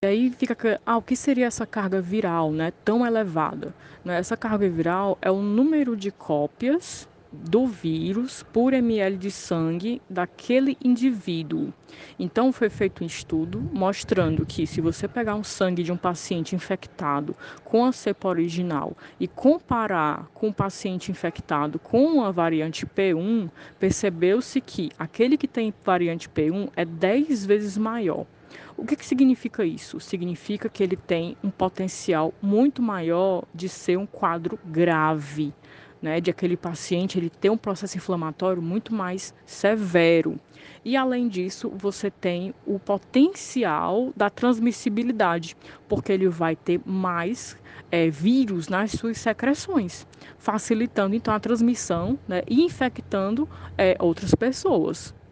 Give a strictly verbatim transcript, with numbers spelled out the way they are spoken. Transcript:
E aí fica que ah, o que seria essa carga viral, né, tão elevada? Né, essa carga viral é o número de cópias do vírus por ml de sangue daquele indivíduo. Então foi feito um estudo mostrando que se você pegar um sangue de um paciente infectado com a cepa original e comparar com o paciente infectado com a variante P um, percebeu-se que aquele que tem variante P um é dez vezes maior. O que que significa isso? Significa que ele tem um potencial muito maior de ser um quadro grave, né? De aquele paciente ele ter um processo inflamatório muito mais severo. E além disso, você tem o potencial da transmissibilidade, porque ele vai ter mais é, vírus nas suas secreções, facilitando então a transmissão, né, e infectando é, outras pessoas.